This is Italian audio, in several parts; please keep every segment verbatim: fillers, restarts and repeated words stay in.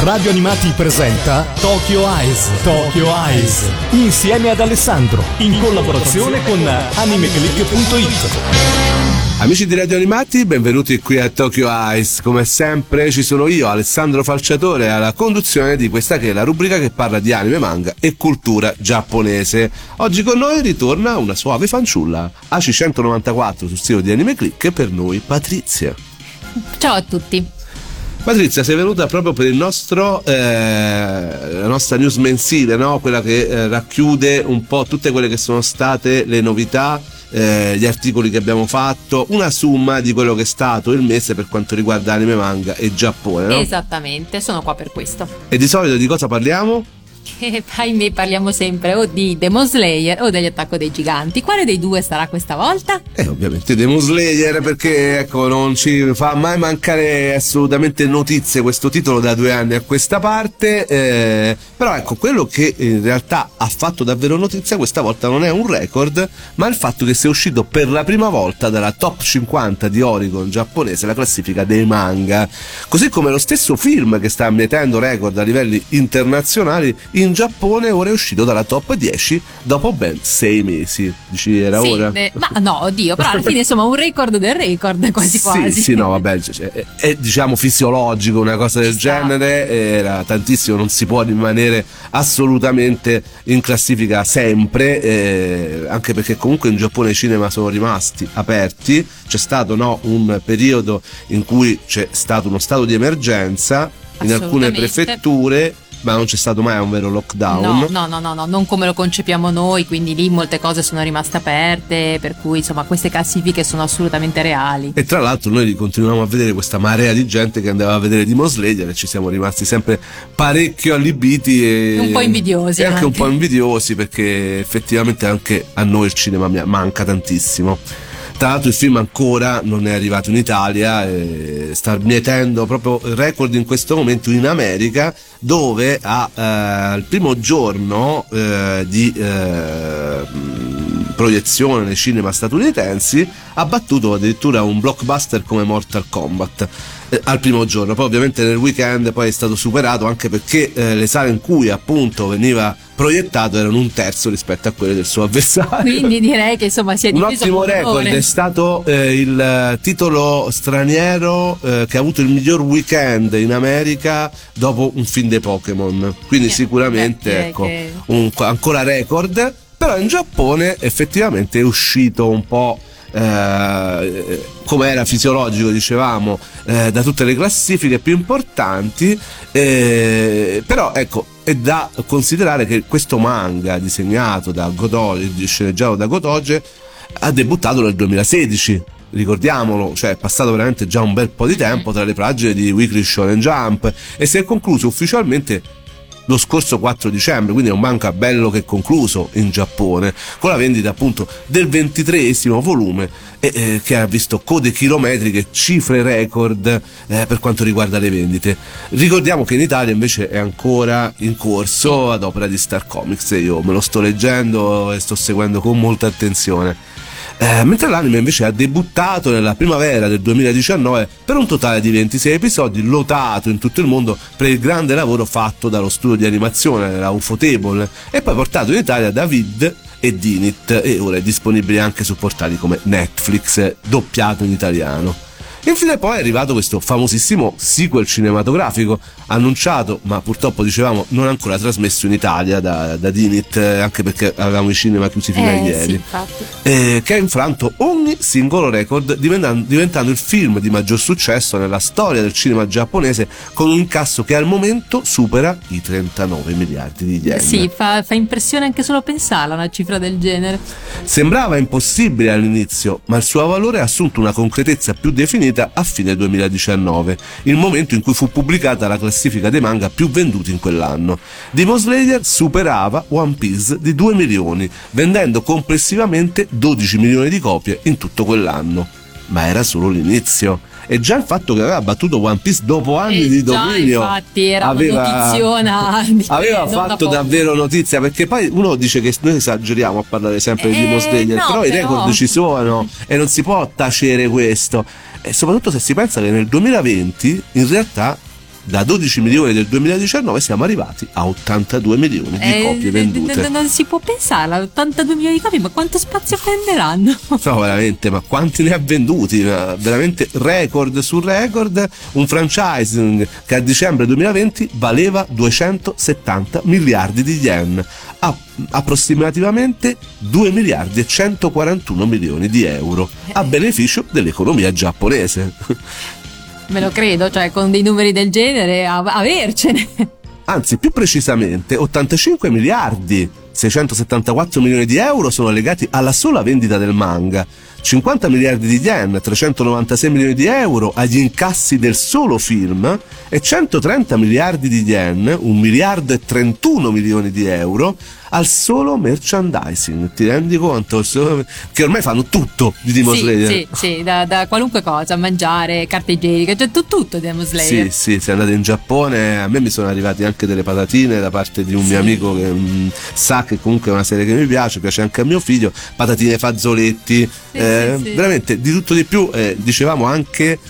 Radio Animati presenta Tokyo Eyes. Tokyo Eyes. Insieme ad Alessandro. In collaborazione con animeclick punto it. Amici di Radio Animati, benvenuti qui a Tokyo Eyes. Come sempre ci sono io, Alessandro Falciatore, alla conduzione di questa che è la rubrica che parla di anime, manga e cultura giapponese. Oggi con noi ritorna una suave fanciulla, A C centonovantaquattro sul sito di Animeclick, per noi Patrizia. Ciao a tutti. Patrizia, sei venuta proprio per il nostro eh, la nostra news mensile, no? Quella che eh, racchiude un po' tutte quelle che sono state le novità, eh, gli articoli che abbiamo fatto, una somma di quello che è stato il mese per quanto riguarda anime, manga e Giappone, no? Esattamente, sono qua per questo. E di solito di cosa parliamo? Che ahimè parliamo sempre o di Demon Slayer o degli Attacco dei Giganti. Quale dei due sarà questa volta? Eh, ovviamente Demon Slayer, perché ecco, non ci fa mai mancare assolutamente notizie questo titolo da due anni a questa parte, eh, però ecco, quello che in realtà ha fatto davvero notizia questa volta non è un record, ma il fatto che sia uscito per la prima volta dalla top cinquanta di Oricon giapponese la classifica dei manga, così come lo stesso film che sta mietendo record a livelli internazionali in Giappone ora è uscito dalla top dieci dopo ben sei mesi. Dici era sì, ora? Eh, ma no, oddio, però alla fine insomma un record del record quasi quasi. Sì, sì, no, vabbè, cioè, è, è diciamo fisiologico una cosa del genere, era tantissimo, non si può rimanere assolutamente in classifica sempre, eh, anche perché comunque in Giappone i cinema sono rimasti aperti, c'è stato no, un periodo in cui c'è stato uno stato di emergenza in alcune prefetture, ma non c'è stato mai un vero lockdown. No, no, no, no, no, non come lo concepiamo noi, quindi lì molte cose sono rimaste aperte, per cui insomma queste classifiche sono assolutamente reali. E tra l'altro noi continuiamo a vedere questa marea di gente che andava a vedere Demon Slayer e ci siamo rimasti sempre parecchio allibiti e un po' invidiosi. E anche, anche un po' invidiosi, perché effettivamente anche a noi il cinema manca tantissimo. Tra l'altro il film ancora non è arrivato in Italia e sta mietendo proprio record in questo momento in America, dove ha, eh, al primo giorno eh, di eh, proiezione nei cinema statunitensi ha battuto addirittura un blockbuster come Mortal Kombat eh, al primo giorno. Poi ovviamente nel weekend poi è stato superato, anche perché eh, le sale in cui appunto veniva proiettato erano un terzo rispetto a quelle del suo avversario. Quindi direi che insomma si è un diviso ottimo record, è stato eh, il titolo straniero eh, che ha avuto il miglior weekend in America dopo un film dei Pokémon, quindi eh, sicuramente beh, ecco che... un, ancora record. Però in Giappone effettivamente è uscito un po' Eh, come era fisiologico, dicevamo, eh, da tutte le classifiche più importanti, eh, però ecco, è da considerare che questo manga disegnato da Gotoge, sceneggiato da Gotoge, ha debuttato nel duemilasedici, ricordiamolo, cioè è passato veramente già un bel po' di tempo tra le pagine di Weekly Shonen Jump, e si è concluso ufficialmente lo scorso quattro dicembre, quindi è un manga bello che è concluso in Giappone, con la vendita appunto del ventitreesimo volume, e, eh, che ha visto code chilometriche, cifre record eh, per quanto riguarda le vendite. Ricordiamo che in Italia invece è ancora in corso ad opera di Star Comics, e io me lo sto leggendo e sto seguendo con molta attenzione. Eh, mentre l'anime invece ha debuttato nella primavera del duemiladiciannove per un totale di ventisei episodi, lotato in tutto il mondo per il grande lavoro fatto dallo studio di animazione, la Ufotable, e poi portato in Italia da Vid e Dinit, e ora è disponibile anche su portali come Netflix, doppiato in italiano. Infine poi è arrivato questo famosissimo sequel cinematografico annunciato, ma purtroppo dicevamo non ancora trasmesso in Italia da, da Dinit, eh, anche perché avevamo i cinema chiusi fino eh, a ieri, sì, eh, che ha infranto ogni singolo record, diventando, diventando il film di maggior successo nella storia del cinema giapponese, con un incasso che al momento supera i trentanove miliardi di yen. Sì, fa, fa impressione anche solo pensarla, una cifra del genere. Sembrava impossibile all'inizio, ma il suo valore ha assunto una concretezza più definita a fine duemiladiciannove, il momento in cui fu pubblicata la classifica dei manga più venduti in quell'anno. Demon Slayer superava One Piece di due milioni, vendendo complessivamente dodici milioni di copie in tutto quell'anno. Ma era solo l'inizio. E già il fatto che aveva battuto One Piece dopo anni e di già, dominio infatti era aveva, una notiziona aveva fatto davvero notizia, perché poi uno dice che noi esageriamo a parlare sempre eh, di Demon Slayer, no, però, però i record ci sono e non si può tacere questo, e soprattutto se si pensa che nel duemilaventi in realtà da dodici milioni del duemiladiciannove siamo arrivati a ottantadue milioni di eh, copie vendute. Non, non si può pensare, ottantadue milioni di copie, ma quanto spazio prenderanno? No, veramente, ma quanti ne ha venduti? Veramente record su record. Un franchising che a dicembre duemilaventi valeva duecentosettanta miliardi di yen, a approssimativamente due miliardi e centoquarantuno milioni di euro, a beneficio dell'economia giapponese. Me lo credo, cioè con dei numeri del genere a- avercene. Anzi, più precisamente ottantacinque miliardi seicentosettantaquattro milioni di euro sono legati alla sola vendita del manga, cinquanta miliardi di yen, trecentonovantasei milioni di euro agli incassi del solo film e centotrenta miliardi di yen, un miliardo e trentuno milioni di euro al solo merchandising. Ti rendi conto? Che ormai fanno tutto di Demon sì, Slayer. Sì, sì, da, da qualunque cosa, mangiare, carta igienica, cioè tutto, tutto Demon Slayer. Sì, sì, se andate in Giappone, a me mi sono arrivati anche delle patatine da parte di un sì. mio amico che mh, sa che comunque è una serie che mi piace, piace anche a mio figlio, patatine, fazzoletti, sì, eh, sì, sì. veramente di tutto di più, eh, dicevamo anche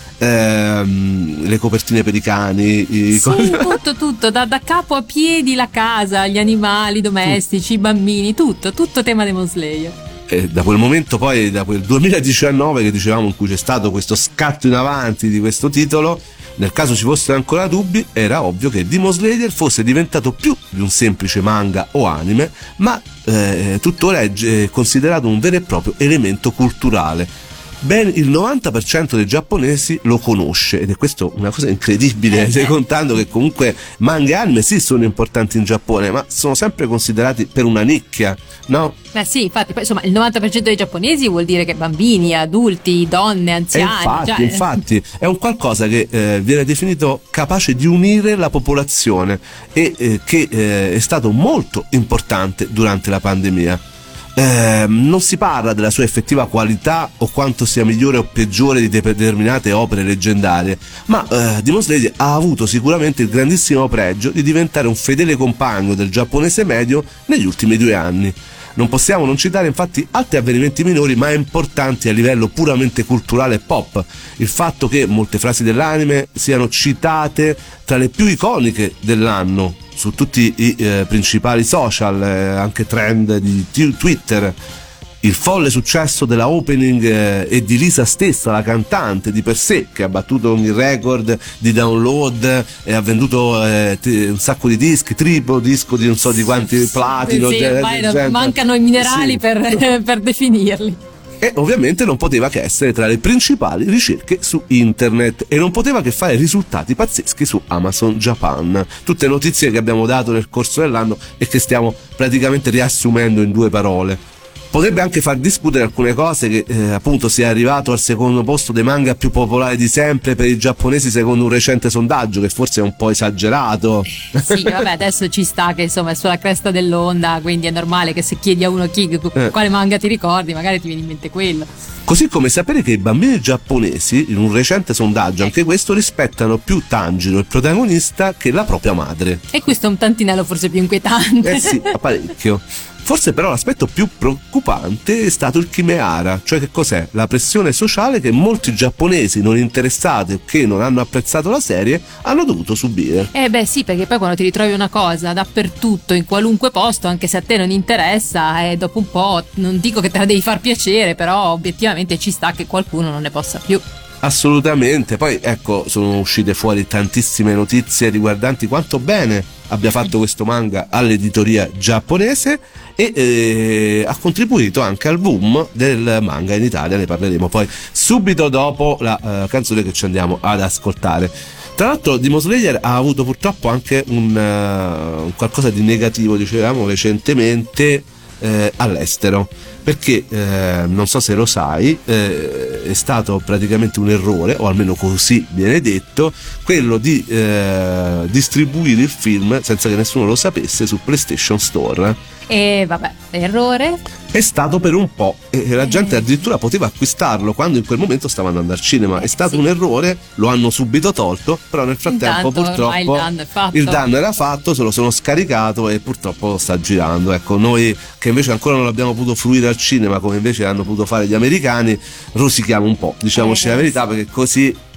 ehm, le copertine per i cani, i sì, tutto, tutto, da, da capo a piedi la casa, gli animali domestici, i bambini, tutto, tutto tema Demon Slayer. E da quel momento poi, da quel duemiladiciannove che dicevamo, in cui c'è stato questo scatto in avanti di questo titolo, nel caso ci fossero ancora dubbi, era ovvio che Demon Slayer fosse diventato più di un semplice manga o anime, ma eh, tuttora è considerato un vero e proprio elemento culturale. Ben il novanta per cento dei giapponesi lo conosce, ed è questo una cosa incredibile, eh, stai contando che comunque manga e anime sì sono importanti in Giappone, ma sono sempre considerati per una nicchia, no? Beh sì, infatti, poi, insomma, il novanta per cento dei giapponesi vuol dire che bambini, adulti, donne, anziani. E infatti, cioè... infatti è un qualcosa che eh, viene definito capace di unire la popolazione e eh, che eh, è stato molto importante durante la pandemia. Eh, non si parla della sua effettiva qualità o quanto sia migliore o peggiore di determinate opere leggendarie, ma eh, Demon Slayer ha avuto sicuramente il grandissimo pregio di diventare un fedele compagno del giapponese medio negli ultimi due anni. Non possiamo non citare infatti altri avvenimenti minori ma importanti a livello puramente culturale e pop. Il fatto che molte frasi dell'anime siano citate tra le più iconiche dell'anno su tutti i eh, principali social, eh, anche trend di t- Twitter. Il folle successo della opening eh, e di Lisa stessa, la cantante di per sé, che ha battuto ogni record di download e ha venduto eh, t- un sacco di dischi, triplo disco di non so di quanti platino. Sì, ormai mancano i minerali sì. per, per definirli. E ovviamente non poteva che essere tra le principali ricerche su internet e non poteva che fare risultati pazzeschi su Amazon Japan. Tutte notizie che abbiamo dato nel corso dell'anno e che stiamo praticamente riassumendo in due parole. Potrebbe anche far discutere alcune cose, che eh, appunto sia arrivato al secondo posto dei manga più popolari di sempre per i giapponesi secondo un recente sondaggio che forse è un po' esagerato. Sì, vabbè, adesso ci sta che insomma è sulla cresta dell'onda, quindi è normale che se chiedi a uno chi, eh. quale manga ti ricordi, magari ti viene in mente quello. Così come sapere che i bambini giapponesi, in un recente sondaggio, anche questo, rispettano più Tanjiro, il protagonista, che la propria madre. E questo è un tantinello forse più inquietante. Eh sì, parecchio. Forse però l'aspetto più preoccupante è stato il Kimehara, cioè che cos'è? La pressione sociale che molti giapponesi non interessati o che non hanno apprezzato la serie hanno dovuto subire. Eh beh sì, perché poi quando ti ritrovi una cosa dappertutto, in qualunque posto, anche se a te non interessa, e eh, dopo un po', non dico che te la devi far piacere, però obiettivamente ci sta che qualcuno non ne possa più. Assolutamente, poi ecco, sono uscite fuori tantissime notizie riguardanti quanto bene abbia fatto questo manga all'editoria giapponese e eh, ha contribuito anche al boom del manga in Italia. Ne parleremo poi subito dopo la uh, canzone che ci andiamo ad ascoltare. Tra l'altro Demon Slayer ha avuto purtroppo anche un, uh, un qualcosa di negativo, dicevamo recentemente, eh, all'estero, perché eh, non so se lo sai, eh, è stato praticamente un errore, o almeno così viene detto, quello di eh, distribuire il film senza che nessuno lo sapesse su PlayStation Store. E vabbè, errore? È stato per un po' e la gente addirittura poteva acquistarlo quando in quel momento stava andando al cinema. È stato sì. un errore, lo hanno subito tolto, però nel frattempo Intanto, purtroppo il danno, è fatto. il danno era fatto, se lo sono scaricato e purtroppo sta girando. Ecco, noi che invece ancora non l'abbiamo potuto fruire al cinema come invece hanno potuto fare gli americani, rosichiamo un po', diciamoci eh, la verità, perché così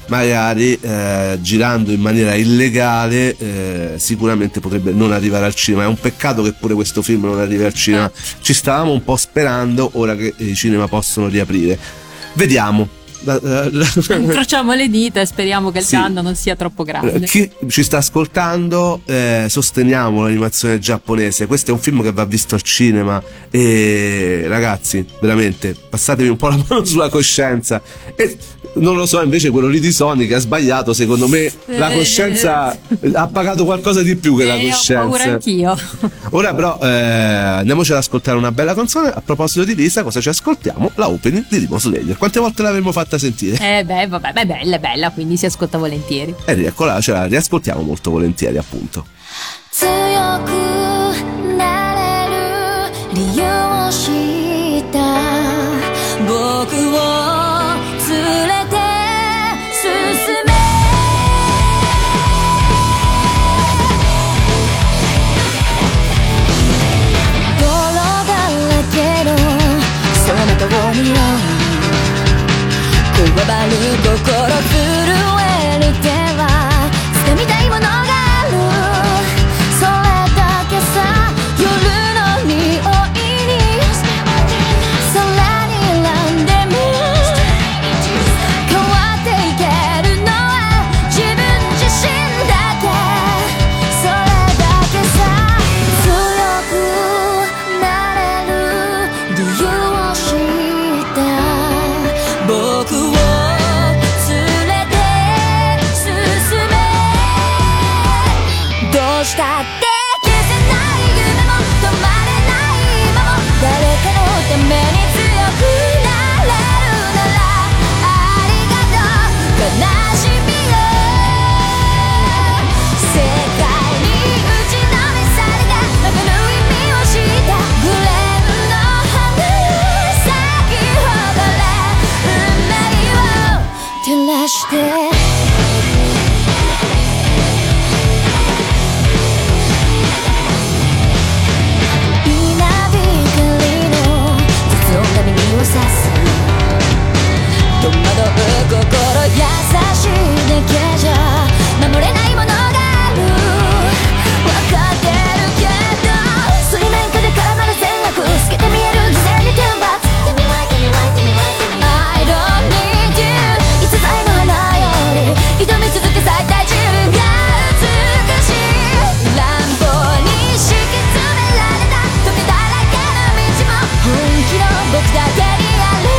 magari eh, girando in maniera illegale eh, sicuramente potrebbe non arrivare al cinema. È un peccato che pure questo film non arrivi al cinema, ci stavamo un po' sperando ora che i cinema possono riaprire. Vediamo. Incrociamo le dita e speriamo che il sì. danno non sia troppo grande. Chi ci sta ascoltando, eh, sosteniamo l'animazione giapponese. Questo è un film che va visto al cinema e ragazzi, veramente passatevi un po' la mano sulla coscienza. E non lo so, invece quello lì di Sony che ha sbagliato, secondo me la coscienza ha pagato qualcosa di più che la coscienza. Ho paura anch'io. Ora però eh, andiamoci ad ascoltare una bella canzone. A proposito di Lisa, cosa ci ascoltiamo? La opening di Demon Slayer. Quante volte l'avremmo fatta sentire? Eh beh, vabbè, beh, bella, è bella, quindi si ascolta volentieri. E rieccola, ce la riascoltiamo molto volentieri, appunto. わばる心震える手は掴みたいものがあるそれだけさ夜の匂いに空にランでも変わっていけるのは自分自身だけそれだけさ強くなれる理由を知った僕をしたって消せない夢も止まれない今も誰かのために強くなれるならありがとう悲しみよ世界に打ちのめされたわかる意味を知ったグレーの花よ咲き誇れ運命を照らして戸惑う心優しいだけじゃ守れないものがある分かってるけど水面下で絡まる戦略透けて見える犠牲に天罰 I don't need you いつ最後花より挑み続け最大自分が美しい乱暴に敷き詰められた時だらけの道も本気の僕だけにある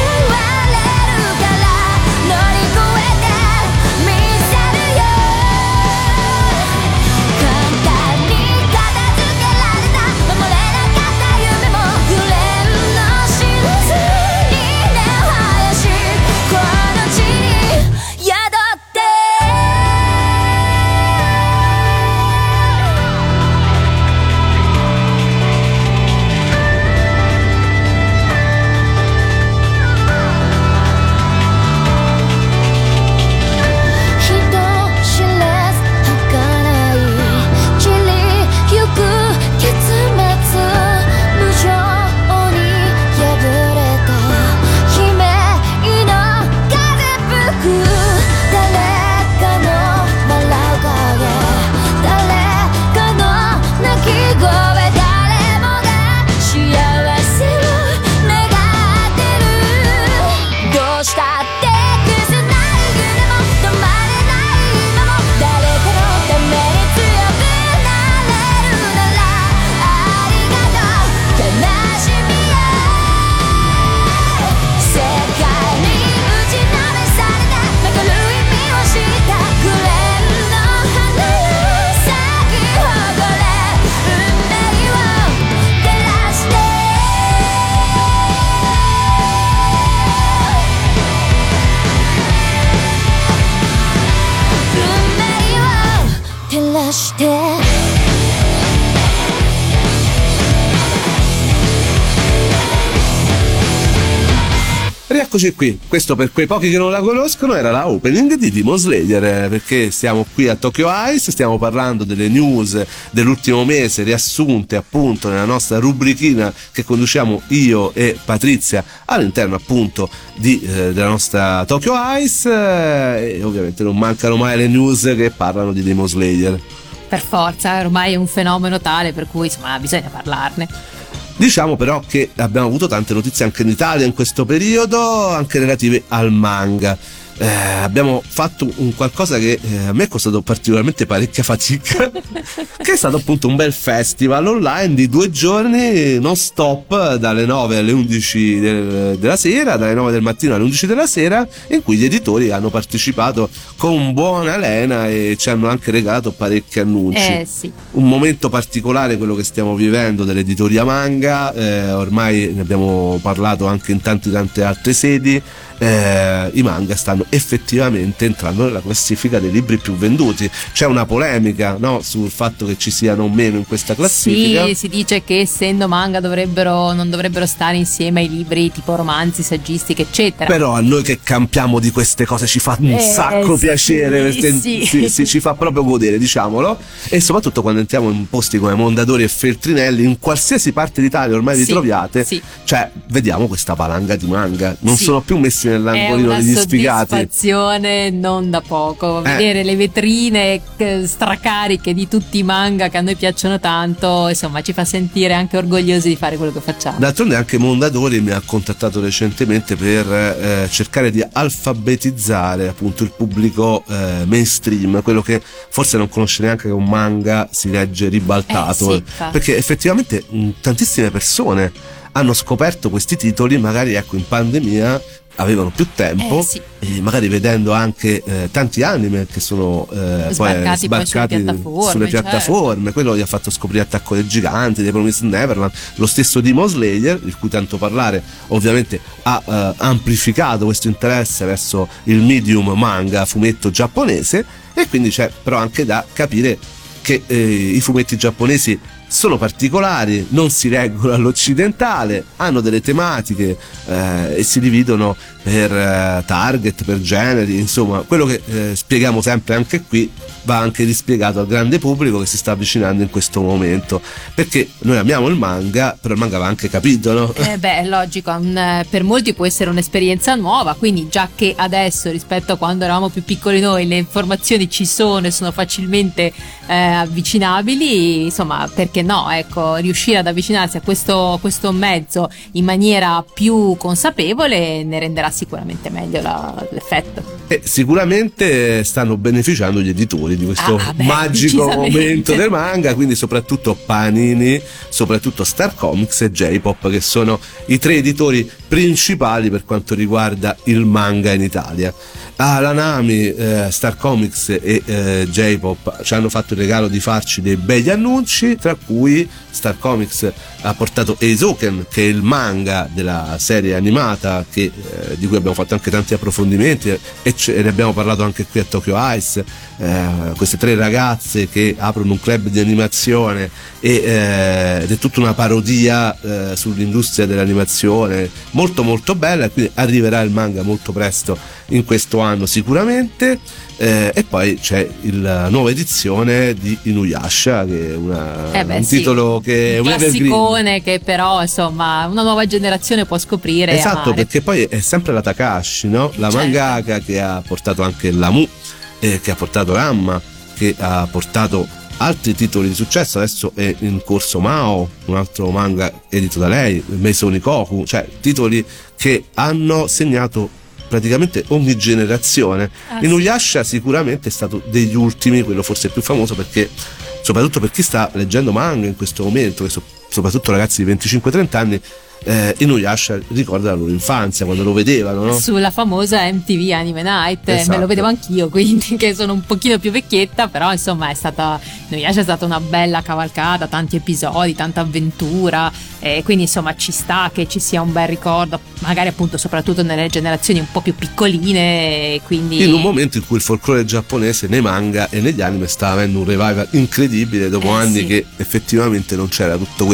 Rieccoci qui, questo per quei pochi che non la conoscono era la opening di Demon Slayer, perché siamo qui a Tokyo Ice, stiamo parlando delle news dell'ultimo mese riassunte appunto nella nostra rubrichina che conduciamo io e Patrizia all'interno appunto di, eh, della nostra Tokyo Ice, eh, e ovviamente non mancano mai le news che parlano di Demon Slayer. Per forza, ormai è un fenomeno tale per cui insomma bisogna parlarne. Diciamo però che abbiamo avuto tante notizie anche in Italia in questo periodo, anche relative al manga. Eh, abbiamo fatto un qualcosa che eh, a me è costato particolarmente parecchia fatica, che è stato appunto un bel festival online di due giorni non stop, dalle nove alle undici del, della sera, dalle nove del mattino alle undici della sera, in cui gli editori hanno partecipato con buona lena e ci hanno anche regalato parecchi annunci. Eh, sì. Un momento particolare quello che stiamo vivendo dell'editoria manga, eh, ormai ne abbiamo parlato anche in tante tante altre sedi. Eh, i manga stanno effettivamente entrando nella classifica dei libri più venduti. C'è una polemica, no, sul fatto che ci siano o meno in questa classifica. Sì, si dice che essendo manga dovrebbero non dovrebbero stare insieme ai libri tipo romanzi, saggistiche eccetera. Però a noi che campiamo di queste cose ci fa un eh, sacco sì, piacere, perché sì. Sì, sì, ci fa proprio godere, diciamolo, e soprattutto quando entriamo in posti come Mondadori e Feltrinelli, in qualsiasi parte d'Italia ormai vi sì, troviate, sì. Cioè vediamo questa valanga di manga, non sì. sono più messi nell'angolino degli sfigati. È una soddisfazione non da poco eh. vedere le vetrine stracariche di tutti i manga che a noi piacciono tanto, insomma ci fa sentire anche orgogliosi di fare quello che facciamo. D'altronde anche Mondadori mi ha contattato recentemente per eh, cercare di alfabetizzare appunto il pubblico eh, mainstream, quello che forse non conosce neanche che un manga si legge ribaltato, eh, sì, perché effettivamente mh, tantissime persone hanno scoperto questi titoli magari ecco in pandemia, avevano più tempo eh, sì. e magari vedendo anche eh, tanti anime che sono eh, sbarcati, poi sbarcati poi sulle piattaforme, sulle piattaforme. Certo. Quello gli ha fatto scoprire Attacco dei Giganti, dei Promised Neverland, lo stesso Demon Slayer, di cui tanto parlare, ovviamente ha eh, amplificato questo interesse verso il medium manga fumetto giapponese, e quindi c'è però anche da capire che eh, i fumetti giapponesi sono particolari, non si reggono all'occidentale, hanno delle tematiche eh, e si dividono per eh, target, per generi, insomma quello che eh, spieghiamo sempre anche qui va anche rispiegato al grande pubblico che si sta avvicinando in questo momento, perché noi amiamo il manga, però il manga va anche capito, no? Eh beh, è logico, un, per molti può essere un'esperienza nuova, quindi già che adesso rispetto a quando eravamo più piccoli noi le informazioni ci sono e sono facilmente eh, avvicinabili, insomma perché no, ecco, riuscire ad avvicinarsi a questo, questo mezzo in maniera più consapevole ne renderà sicuramente meglio la, l'effetto. E sicuramente stanno beneficiando gli editori di questo ah, beh, magico momento del manga, quindi soprattutto Panini, soprattutto Star Comics e J-Pop, che sono i tre editori principali per quanto riguarda il manga in Italia. Ah, la Nami, eh, Star Comics e eh, J-Pop ci hanno fatto il regalo di farci dei begli annunci, tra cui Star Comics ha portato Eizouken, che è il manga della serie animata che, eh, di cui abbiamo fatto anche tanti approfondimenti e, ce, e ne abbiamo parlato anche qui a Tokyo Ice, eh, queste tre ragazze che aprono un club di animazione e, eh, ed è tutta una parodia eh, sull'industria dell'animazione molto molto bella, e quindi arriverà il manga molto presto in questo anno sicuramente. Eh, e poi c'è il, la nuova edizione di Inuyasha, che è una, eh beh, un sì. titolo che è un classicone che però insomma una nuova generazione può scoprire. Esatto, perché poi è sempre la Takahashi, no? La certo. mangaka che ha portato anche Lamu, eh, che ha portato Ramma, che ha portato altri titoli di successo. Adesso è in corso Mao, un altro manga edito da lei, Meisou Nikoku, cioè titoli che hanno segnato praticamente ogni generazione. Ah, Inuyasha sì. Sicuramente è stato degli ultimi, quello forse più famoso, perché soprattutto per chi sta leggendo manga in questo momento, che so, soprattutto ragazzi di venticinque trenta anni, eh, Inuyasha ricorda la loro infanzia quando lo vedevano, no? Sulla famosa M T V Anime Night, esatto. Me lo vedevo anch'io, quindi che sono un pochino più vecchietta, però insomma è stata Inuyasha è stata una bella cavalcata, tanti episodi, tanta avventura, e quindi insomma ci sta che ci sia un bel ricordo, magari appunto soprattutto nelle generazioni un po' più piccoline, quindi in un momento in cui il folklore giapponese nei manga e negli anime sta avendo un revival incredibile dopo eh, anni sì. che effettivamente non c'era tutto questo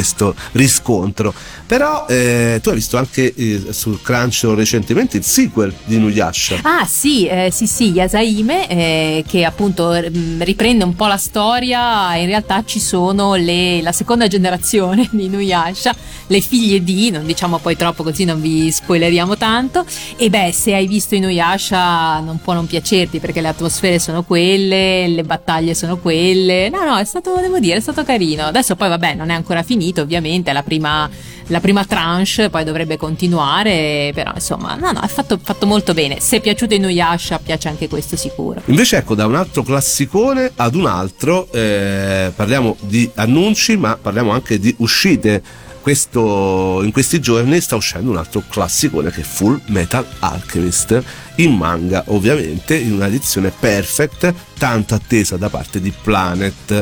questo riscontro. Però eh, tu hai visto anche eh, sul Crunchyroll recentemente il sequel di Inuyasha. Ah sì, eh, sì sì, Yasaime, eh, che appunto mh, riprende un po' la storia. In realtà ci sono le, la seconda generazione di Inuyasha, le figlie di, non diciamo poi troppo così non vi spoileriamo tanto. E beh, se hai visto Inuyasha non può non piacerti, perché le atmosfere sono quelle, le battaglie sono quelle. No no, è stato, devo dire, è stato carino. Adesso poi vabbè, non è ancora finito, ovviamente, è la prima la prima tranche, poi dovrebbe continuare, però insomma no no è fatto, fatto molto bene. Se è piaciuto Inuyasha piace anche questo sicuro. Invece ecco, da un altro classicone ad un altro, eh, parliamo di annunci ma parliamo anche di uscite. Questo, in questi giorni sta uscendo un altro classicone che è Full Metal Alchemist, in manga ovviamente, in una edizione perfect, tanto attesa da parte di Planet,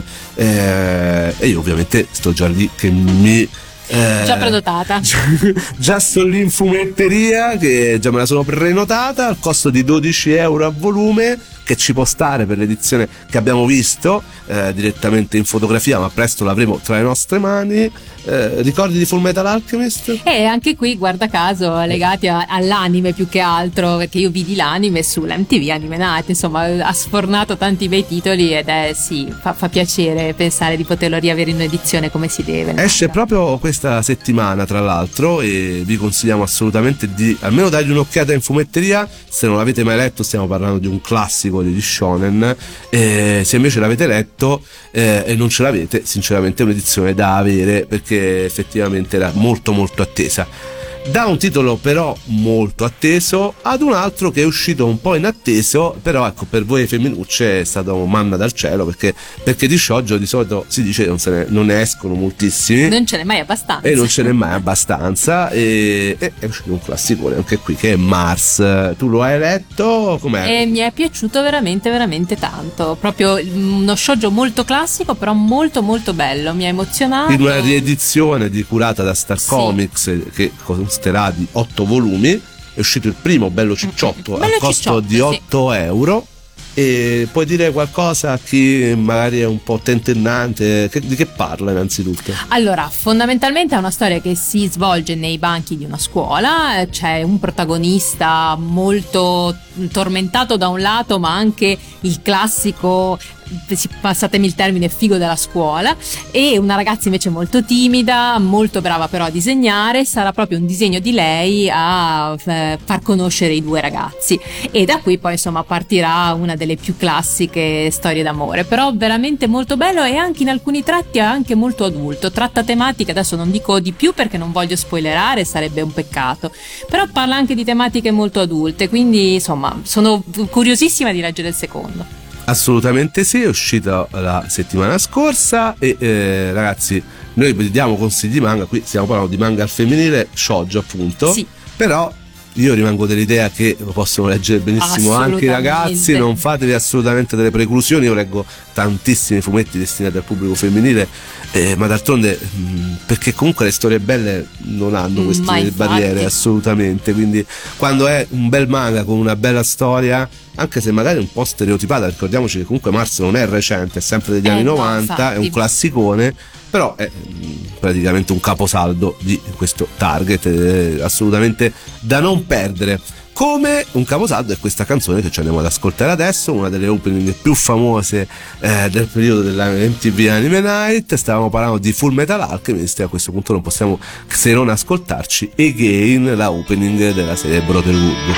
eh, e io ovviamente sto già lì che mi Eh, già prenotata già sto lì in fumetteria che già me la sono prenotata al costo di dodici euro a volume, che ci può stare per l'edizione che abbiamo visto eh, direttamente in fotografia, ma presto l'avremo tra le nostre mani. Eh, ricordi di Full Metal Alchemist? E anche qui, guarda caso, legati a, all'anime più che altro, perché io vidi l'anime sull'M T V Anime Night, insomma ha sfornato tanti bei titoli ed è sì, fa, fa piacere pensare di poterlo riavere in un'edizione come si deve. Esce proprio questa settimana tra l'altro, e vi consigliamo assolutamente di almeno dargli un'occhiata in fumetteria. Se non l'avete mai letto, stiamo parlando di un classico di shonen, eh, se invece l'avete letto eh, e non ce l'avete, sinceramente è un'edizione da avere, perché effettivamente era molto molto attesa. Da un titolo però molto atteso ad un altro che è uscito un po' inatteso, però ecco, per voi femminucce è stato manna dal cielo, perché, perché di shoujo di solito si dice che non, se ne, non ne escono moltissimi, non ce n'è mai abbastanza e non ce n'è mai abbastanza e, e è uscito un classicone anche qui che è Mars. Tu lo hai letto? Com'è? E mi è piaciuto veramente veramente tanto, proprio uno shoujo molto classico però molto molto bello, mi ha emozionato. In una riedizione di, curata da Star sì. Comics, che consterà di otto volumi, è uscito il primo bello cicciotto mm-hmm. al bello costo cicciotto, di otto sì. euro. E puoi dire qualcosa a chi magari è un po' tentennante? Che, di che parla innanzitutto? Allora, fondamentalmente è una storia che si svolge nei banchi di una scuola. C'è un protagonista molto tormentato da un lato, ma anche il classico, passatemi il termine, figo della scuola, e una ragazza invece molto timida, molto brava però a disegnare. Sarà proprio un disegno di lei a eh, far conoscere i due ragazzi, e da qui poi insomma partirà una delle più classiche storie d'amore, però veramente molto bello, e anche in alcuni tratti è anche molto adulto, tratta tematiche, adesso non dico di più perché non voglio spoilerare, sarebbe un peccato, però parla anche di tematiche molto adulte, quindi insomma sono curiosissima di leggere il secondo. Assolutamente sì, è uscita la settimana scorsa e eh, ragazzi, noi vi diamo consigli di manga, qui stiamo parlando di manga al femminile, shoujo appunto, sì. Però io rimango dell'idea che lo possono leggere benissimo anche i ragazzi, non fatevi assolutamente delle preclusioni. Io leggo tantissimi fumetti destinati al pubblico femminile, eh, ma d'altronde mh, perché comunque le storie belle non hanno queste barriere assolutamente, quindi quando è un bel manga con una bella storia, anche se magari un po' stereotipata, ricordiamoci che comunque Mars non è recente, è sempre degli eh, anni novanta, no, è un classicone, però è praticamente un caposaldo di questo target, eh, assolutamente da non perdere. Come un caposaldo è questa canzone che ci andiamo ad ascoltare adesso, una delle opening più famose eh, del periodo della M T V Anime Night. Stavamo parlando di Full Metal Alchemist e a questo punto non possiamo se non ascoltarci Again, la opening della serie Brotherhood.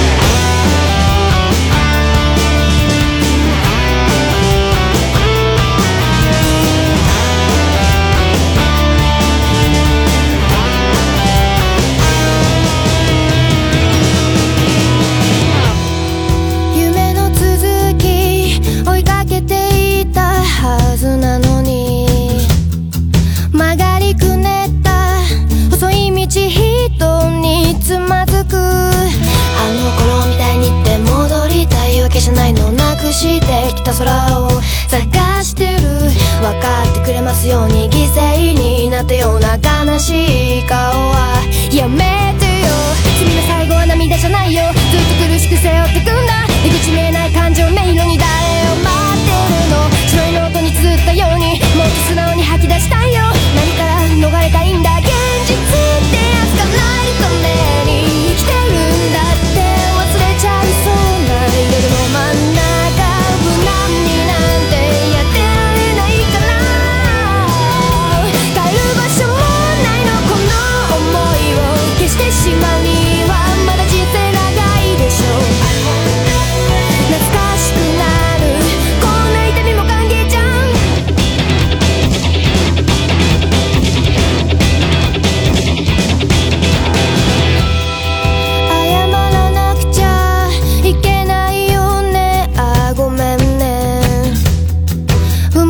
してきた空を探してる、分かってくれますように犠牲になったような悲しい顔はやめてよ。罪の最後は涙じゃないよ、ずっと苦しく背負ってくんだ出口見えない感情迷路に誰を待ってるの。白いノートに綴ったようにもっと素直に吐き出したいよ。何から逃れ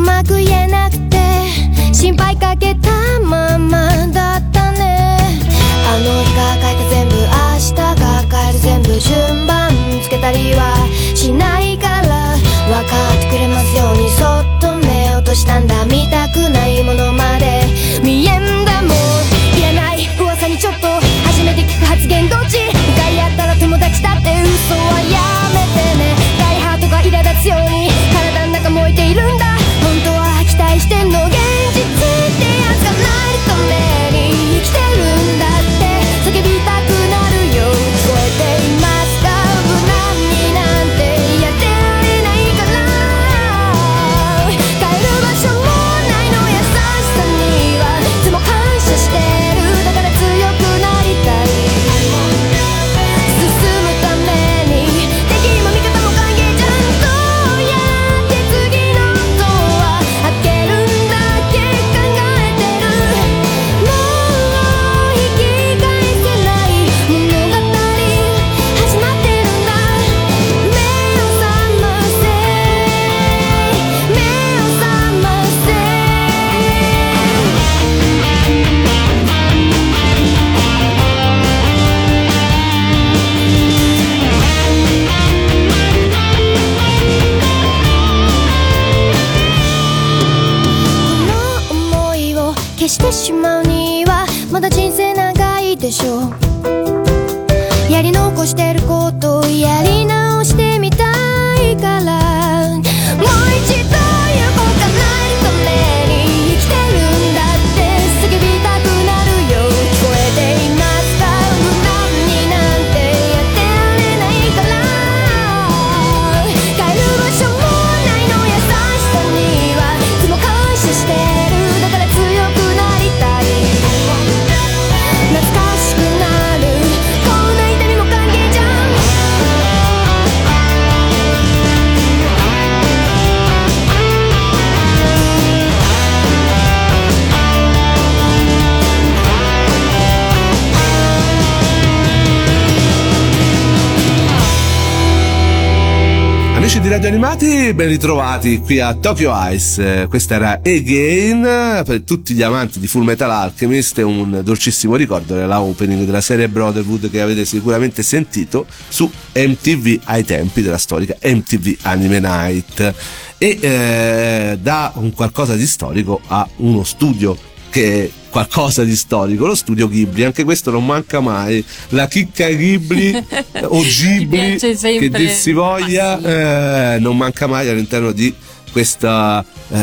まく言えなくて心配かけたままだったね。あの日が書いて全部明日が変える全部順番つけたりはしないから分かってくれますようにそっと目落としたんだ。見たくないものまで見えんだもん。いらない噂にちょっと初めて聞く発言どっち向かい合ったら友達だって嘘はやめてね。大ハートが苛立つように体の中燃えているんだ。本当は期待してんの現実ってやつがないために生きてるんだって叫びたくなるよ。聞こえていますか無難になんてやってられないから帰る場所もないの優しさにはいつも感謝してる。だから強くなりたい進むために敵も味方も歓迎ちゃんとやって次のドア開けるんだけ考えてる。もう引き返せない物語始まってるんだ。目を覚ませ目を覚ませ。この想いを消してしまうにはまだ人生長いでしょう。やり残してることをやり直してみたいからもう一度夢を叶えるために生きてるんだって叫びたくなるよ。聞こえていますか無難になんてやってられないから帰る場所もないの優しさにはいつも感謝してる。だから強くなりたい懐かしくなるこんな痛みも歓迎じゃん。 Amici di Radio Animati, ben ritrovati qui a Tokyo Ice. Questa era Again, per tutti gli amanti di Full Metal Alchemist, è un dolcissimo ricordo della opening della serie Brotherhood che avete sicuramente sentito su M T V ai tempi della storica M T V Anime Night. E eh, da un qualcosa di storico a uno studio che è qualcosa di storico, lo studio Ghibli. Anche questo non manca mai, la chicca Ghibli o Ghibli che dir si voglia, ah, sì. eh, non manca mai all'interno di questa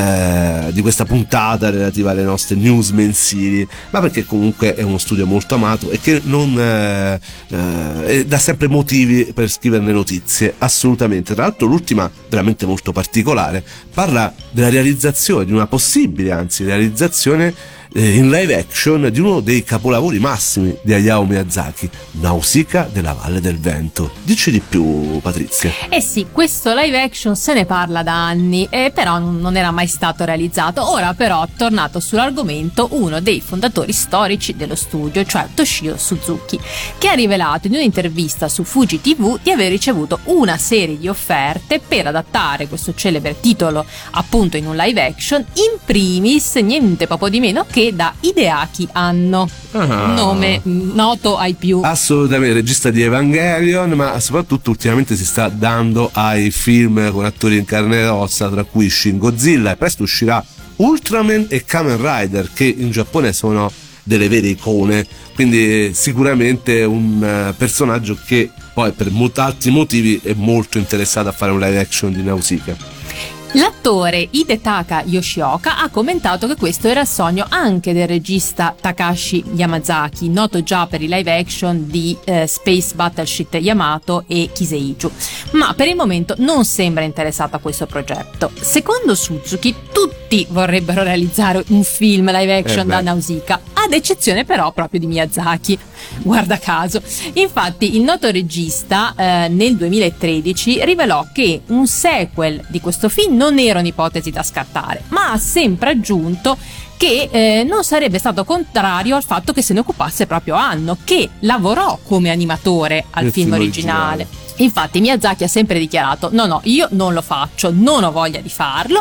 eh, di questa puntata relativa alle nostre news mensili, ma perché comunque è uno studio molto amato e che non eh, eh, dà sempre motivi per scrivere le notizie, assolutamente. Tra l'altro l'ultima, veramente molto particolare, parla della realizzazione, di una possibile anzi realizzazione in live action di uno dei capolavori massimi di Hayao Miyazaki, Nausicaa della Valle del Vento. Dici di più, Patrizia. Eh sì, questo live action se ne parla da anni, eh, però non era mai stato realizzato. Ora però è tornato sull'argomento uno dei fondatori storici dello studio, cioè Toshio Suzuki, che ha rivelato in un'intervista su Fuji T V di aver ricevuto una serie di offerte per adattare questo celebre titolo appunto in un live action, in primis niente poco di meno che da Hideaki Anno, ah, nome noto ai più. Assolutamente, regista di Evangelion, ma soprattutto ultimamente si sta dando ai film con attori in carne e ossa, tra cui Shin Godzilla, e presto uscirà Ultraman e Kamen Rider, che in Giappone sono delle vere icone, quindi sicuramente un personaggio che poi per molti altri motivi è molto interessato a fare un live action di Nausicaa. L'attore Hidetaka Yoshioka ha commentato che questo era il sogno anche del regista Takashi Yamazaki, noto già per i live action di eh, Space Battleship Yamato e Kiseiju, ma per il momento non sembra interessato a questo progetto. Secondo Suzuki tutti vorrebbero realizzare un film live action eh da Nausicaa, ad eccezione però proprio di Miyazaki, guarda caso. Infatti il noto regista eh, nel duemilatredici rivelò che un sequel di questo film non era un'ipotesi da scartare, ma ha sempre aggiunto che eh, non sarebbe stato contrario al fatto che se ne occupasse proprio Anno, che lavorò come animatore al film, film originale. originale. Infatti Miyazaki ha sempre dichiarato: no no, io non lo faccio, non ho voglia di farlo,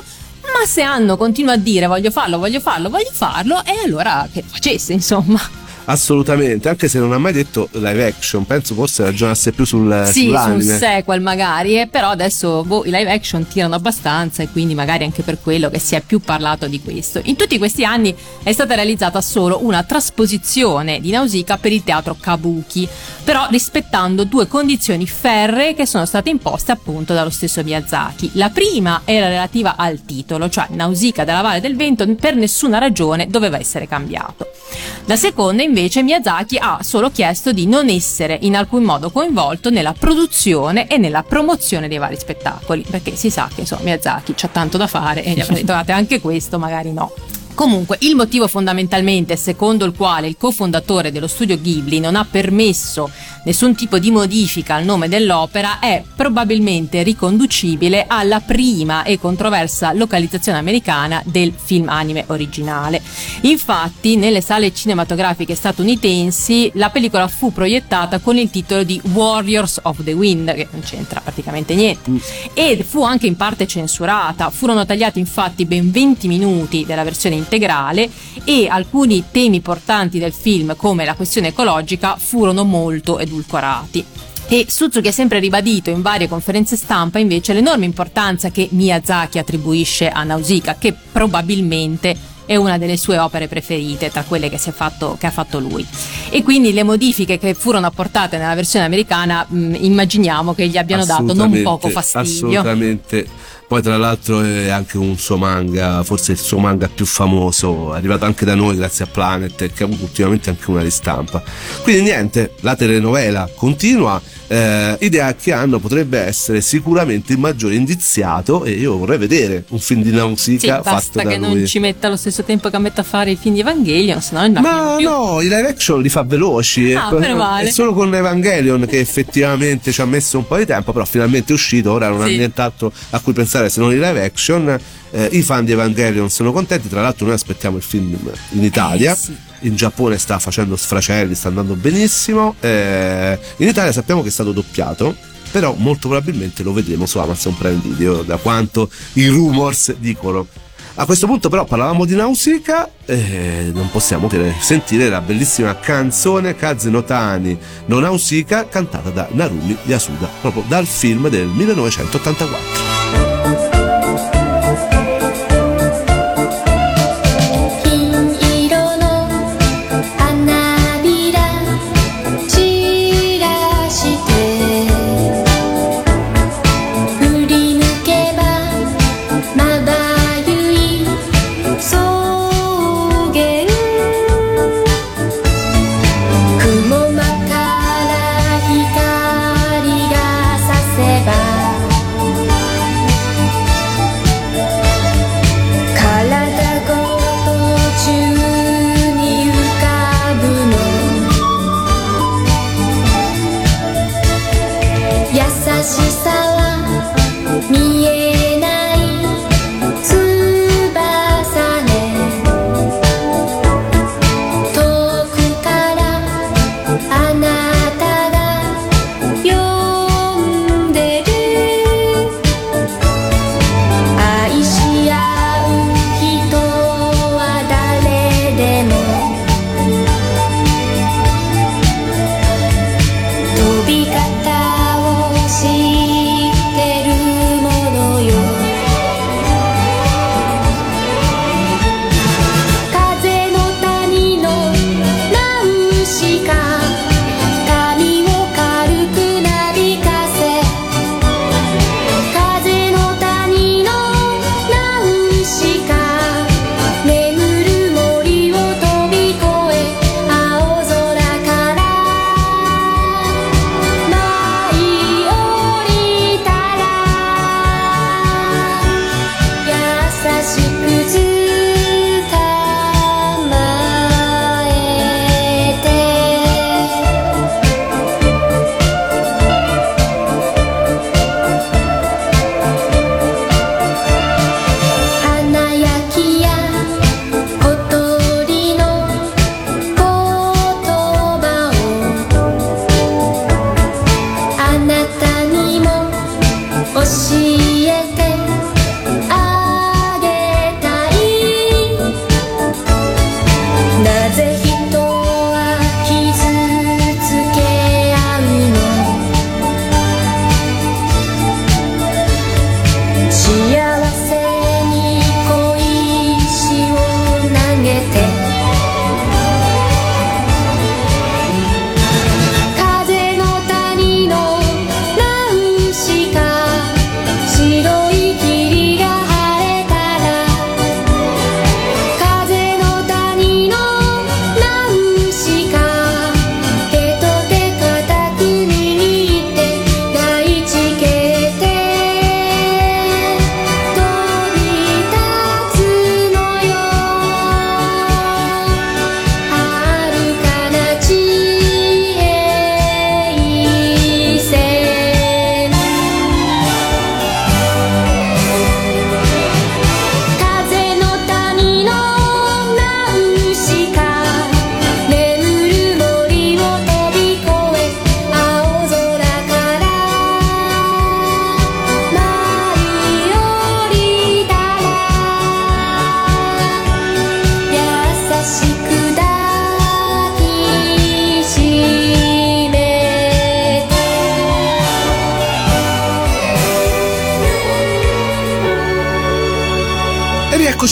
ma se Anno continua a dire voglio farlo, voglio farlo, voglio farlo, e allora che lo facesse, insomma. Assolutamente, anche se non ha mai detto live action, penso forse ragionasse più sul sì, sull'anime. sul sequel magari, eh, però adesso boh, i live action tirano abbastanza e quindi magari anche per quello che si è più parlato di questo. In tutti questi anni è stata realizzata solo una trasposizione di Nausicaa per il teatro Kabuki, però rispettando due condizioni ferree che sono state imposte appunto dallo stesso Miyazaki. La prima era relativa al titolo, cioè Nausicaa della Valle del Vento per nessuna ragione doveva essere cambiato. La seconda invece Miyazaki ha solo chiesto di non essere in alcun modo coinvolto nella produzione e nella promozione dei vari spettacoli, perché si sa che insomma Miyazaki c'ha tanto da fare e gli avrà detto "Guardate, anche questo magari no". Comunque, il motivo fondamentalmente secondo il quale il cofondatore dello studio Ghibli non ha permesso nessun tipo di modifica al nome dell'opera è probabilmente riconducibile alla prima e controversa localizzazione americana del film anime originale. Infatti, nelle sale cinematografiche statunitensi la pellicola fu proiettata con il titolo di Warriors of the Wind, che non c'entra praticamente niente, e fu anche in parte censurata. Furono tagliati infatti ben venti minuti della versione integrale e alcuni temi portanti del film, come la questione ecologica, furono molto edulcorati. E Suzuki ha sempre ribadito in varie conferenze stampa invece l'enorme importanza che Miyazaki attribuisce a Nausicaa, che probabilmente è una delle sue opere preferite tra quelle che si è fatto che ha fatto lui, e quindi le modifiche che furono apportate nella versione americana mh, immaginiamo che gli abbiano dato non poco fastidio. Assolutamente. Poi tra l'altro è anche un suo manga, forse il suo manga più famoso, è arrivato anche da noi grazie a Planet, che ha avuto ultimamente anche una ristampa. Quindi niente, la telenovela continua, eh, idea che hanno potrebbe essere sicuramente il maggiore indiziato, e io vorrei vedere un film di Nausicaa sì, fatto da lui. Basta che non ci metta lo stesso tempo che metta a fare i film di Evangelion, se no non Ma più. no, i live action li fa veloci, ah, è, male. è solo con Evangelion che effettivamente ci ha messo un po' di tempo, però finalmente è uscito, ora non sì. ha nient'altro a cui pensare se non i live action. Eh, i fan di Evangelion sono contenti, tra l'altro noi aspettiamo il film in Italia, eh, sì. in Giappone sta facendo sfracelli, sta andando benissimo, eh, in Italia sappiamo che è stato doppiato, però molto probabilmente lo vedremo su Amazon Prime Video, da quanto i rumors dicono. A questo punto però parlavamo di Nausicaa e non possiamo che sentire la bellissima canzone Kaze no Tani no Nausicaa cantata da Narumi Yasuda, proprio dal film del millenovecentottantaquattro. 「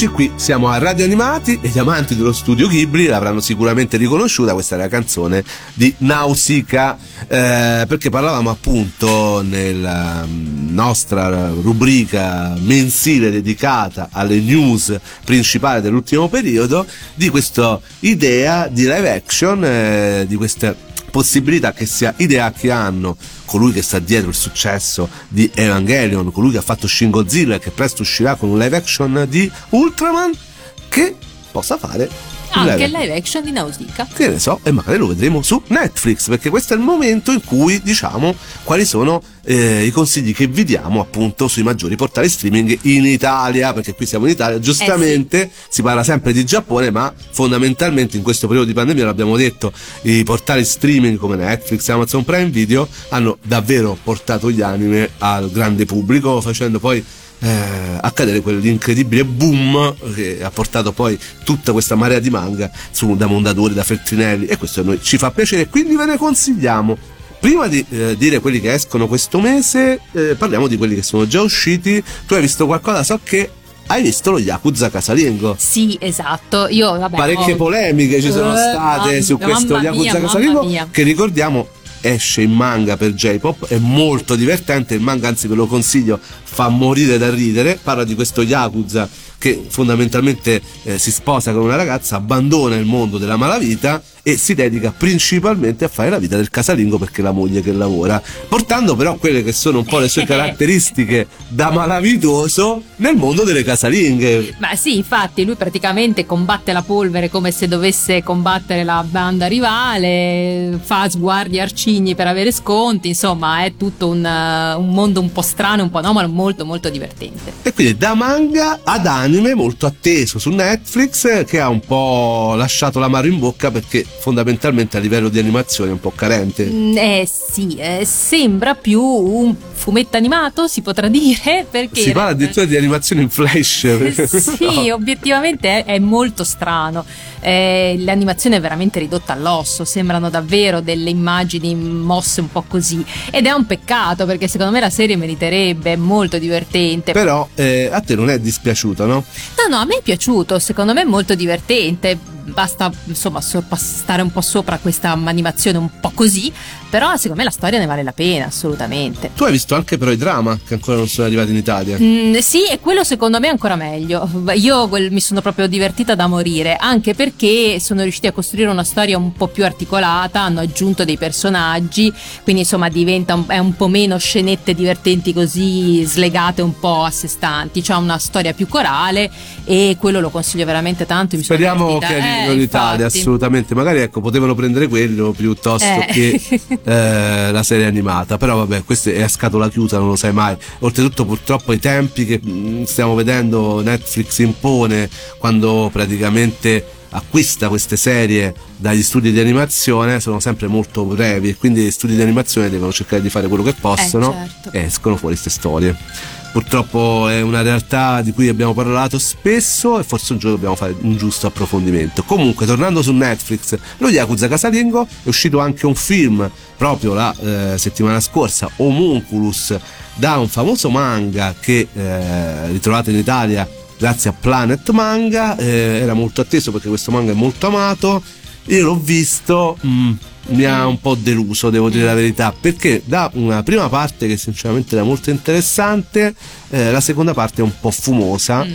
Eccoci qui, siamo a Radio Animati e gli amanti dello studio Ghibli l'avranno sicuramente riconosciuta. Questa è la canzone di Nausicaa, eh, perché parlavamo appunto nella nostra rubrica mensile dedicata alle news principali dell'ultimo periodo di questa idea di live action, eh, di questa possibilità che sia Hideaki Anno, colui che sta dietro il successo di Evangelion, colui che ha fatto Shin Godzilla e che presto uscirà con un live action di Ultraman, che possa fare anche il live action di Nausicaa. Che ne so, e magari lo vedremo su Netflix, perché questo è il momento in cui diciamo quali sono eh, i consigli che vi diamo appunto sui maggiori portali streaming in Italia, perché qui siamo in Italia, giustamente eh sì. Si parla sempre di Giappone, ma fondamentalmente in questo periodo di pandemia, l'abbiamo detto, i portali streaming come Netflix e Amazon Prime Video hanno davvero portato gli anime al grande pubblico, facendo poi Eh, accadere quell'incredibile boom che ha portato poi tutta questa marea di manga su, da Mondadori, da Feltrinelli, e questo a noi ci fa piacere, quindi ve ne consigliamo. Prima di eh, dire quelli che escono questo mese, eh, parliamo di quelli che sono già usciti. Tu hai visto qualcosa? So che hai visto lo Yakuza casalingo. Sì, esatto. Io vabbè, parecchie ho... polemiche ci sono state uh, su questo mia, Yakuza mia, casalingo, che ricordiamo esce in manga per J-Pop, è molto divertente il manga, anzi ve lo consiglio, fa morire da ridere. Parla di questo Yakuza che fondamentalmente eh, si sposa con una ragazza, abbandona il mondo della malavita e si dedica principalmente a fare la vita del casalingo, perché è la moglie che lavora, portando però quelle che sono un po' le sue caratteristiche da malavitoso nel mondo delle casalinghe. Ma sì, infatti lui praticamente combatte la polvere come se dovesse combattere la banda rivale, fa sguardi arcigni per avere sconti, insomma è tutto un, uh, un mondo un po' strano, un po' anomalo, molto molto divertente. E quindi da manga ad anime molto atteso su Netflix, che ha un po' lasciato l'amaro in bocca perché fondamentalmente a livello di animazione è un po' carente. Eh sì, eh, sembra più un fumetto animato, si potrà dire, perché si parla addirittura di animazione in flash. Sì, no. Obiettivamente è, è molto strano. Eh, l'animazione è veramente ridotta all'osso, sembrano davvero delle immagini mosse un po' così, ed è un peccato perché secondo me la serie meriterebbe, è molto divertente. Però eh, a te non è dispiaciuto, no? No, no, a me è piaciuto, secondo me è molto divertente. Basta insomma stare un po' sopra questa animazione un po' così, però secondo me la storia ne vale la pena assolutamente. Tu hai visto anche però i drama che ancora non sono arrivati in Italia? Mm, sì, e quello secondo me è ancora meglio. Io mi sono proprio divertita da morire, anche perché sono riusciti a costruire una storia un po' più articolata, hanno aggiunto dei personaggi, quindi insomma diventa un, è un po' meno scenette divertenti così slegate un po' a sé stanti, c'è una storia più corale e quello lo consiglio veramente tanto. Mi Speriamo sono che eh, in Italia, assolutamente. Magari ecco, potevano prendere quello piuttosto eh. che eh, la serie animata, però vabbè, questo è a scatola chiusa, non lo sai mai. Oltretutto purtroppo i tempi che mh, stiamo vedendo Netflix impone quando praticamente acquista queste serie dagli studi di animazione sono sempre molto brevi, e quindi gli studi di animazione devono cercare di fare quello che possono, eh, certo. E escono fuori queste storie. Purtroppo è una realtà di cui abbiamo parlato spesso e forse un giorno dobbiamo fare un giusto approfondimento. Comunque, tornando su Netflix, lo Yakuza casalingo, è uscito anche un film proprio la eh, settimana scorsa, Homunculus, da un famoso manga che eh, ritrovate in Italia grazie a Planet Manga. Eh, era molto atteso perché questo manga è molto amato. Io l'ho visto, mh, mi ha un po' deluso, devo dire la verità, perché da una prima parte che sinceramente era molto interessante, eh, la seconda parte è un po' fumosa. Mm.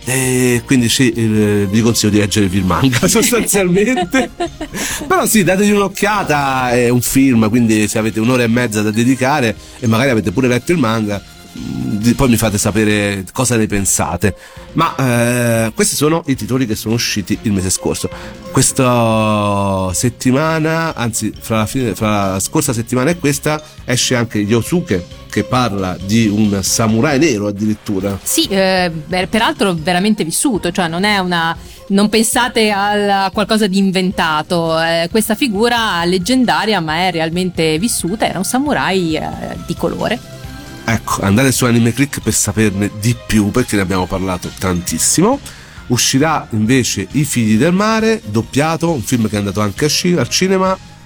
E quindi sì, eh, vi consiglio di leggere il manga sostanzialmente. Però sì, dategli un'occhiata, è un film, quindi se avete un'ora e mezza da dedicare e magari avete pure letto il manga, poi mi fate sapere cosa ne pensate. Ma eh, questi sono i titoli che sono usciti il mese scorso. Questa settimana, anzi fra la, fine, fra la scorsa settimana e questa, esce anche Yosuke, che parla di un samurai nero addirittura. Sì, eh, peraltro veramente vissuto, cioè non è una... non pensate a qualcosa di inventato, eh, questa figura leggendaria ma è realmente vissuta, era un samurai eh, di colore. Ecco, andate su Anime Click per saperne di più, perché ne abbiamo parlato tantissimo. Uscirà invece I figli del mare, doppiato, un film che è andato anche al cinema,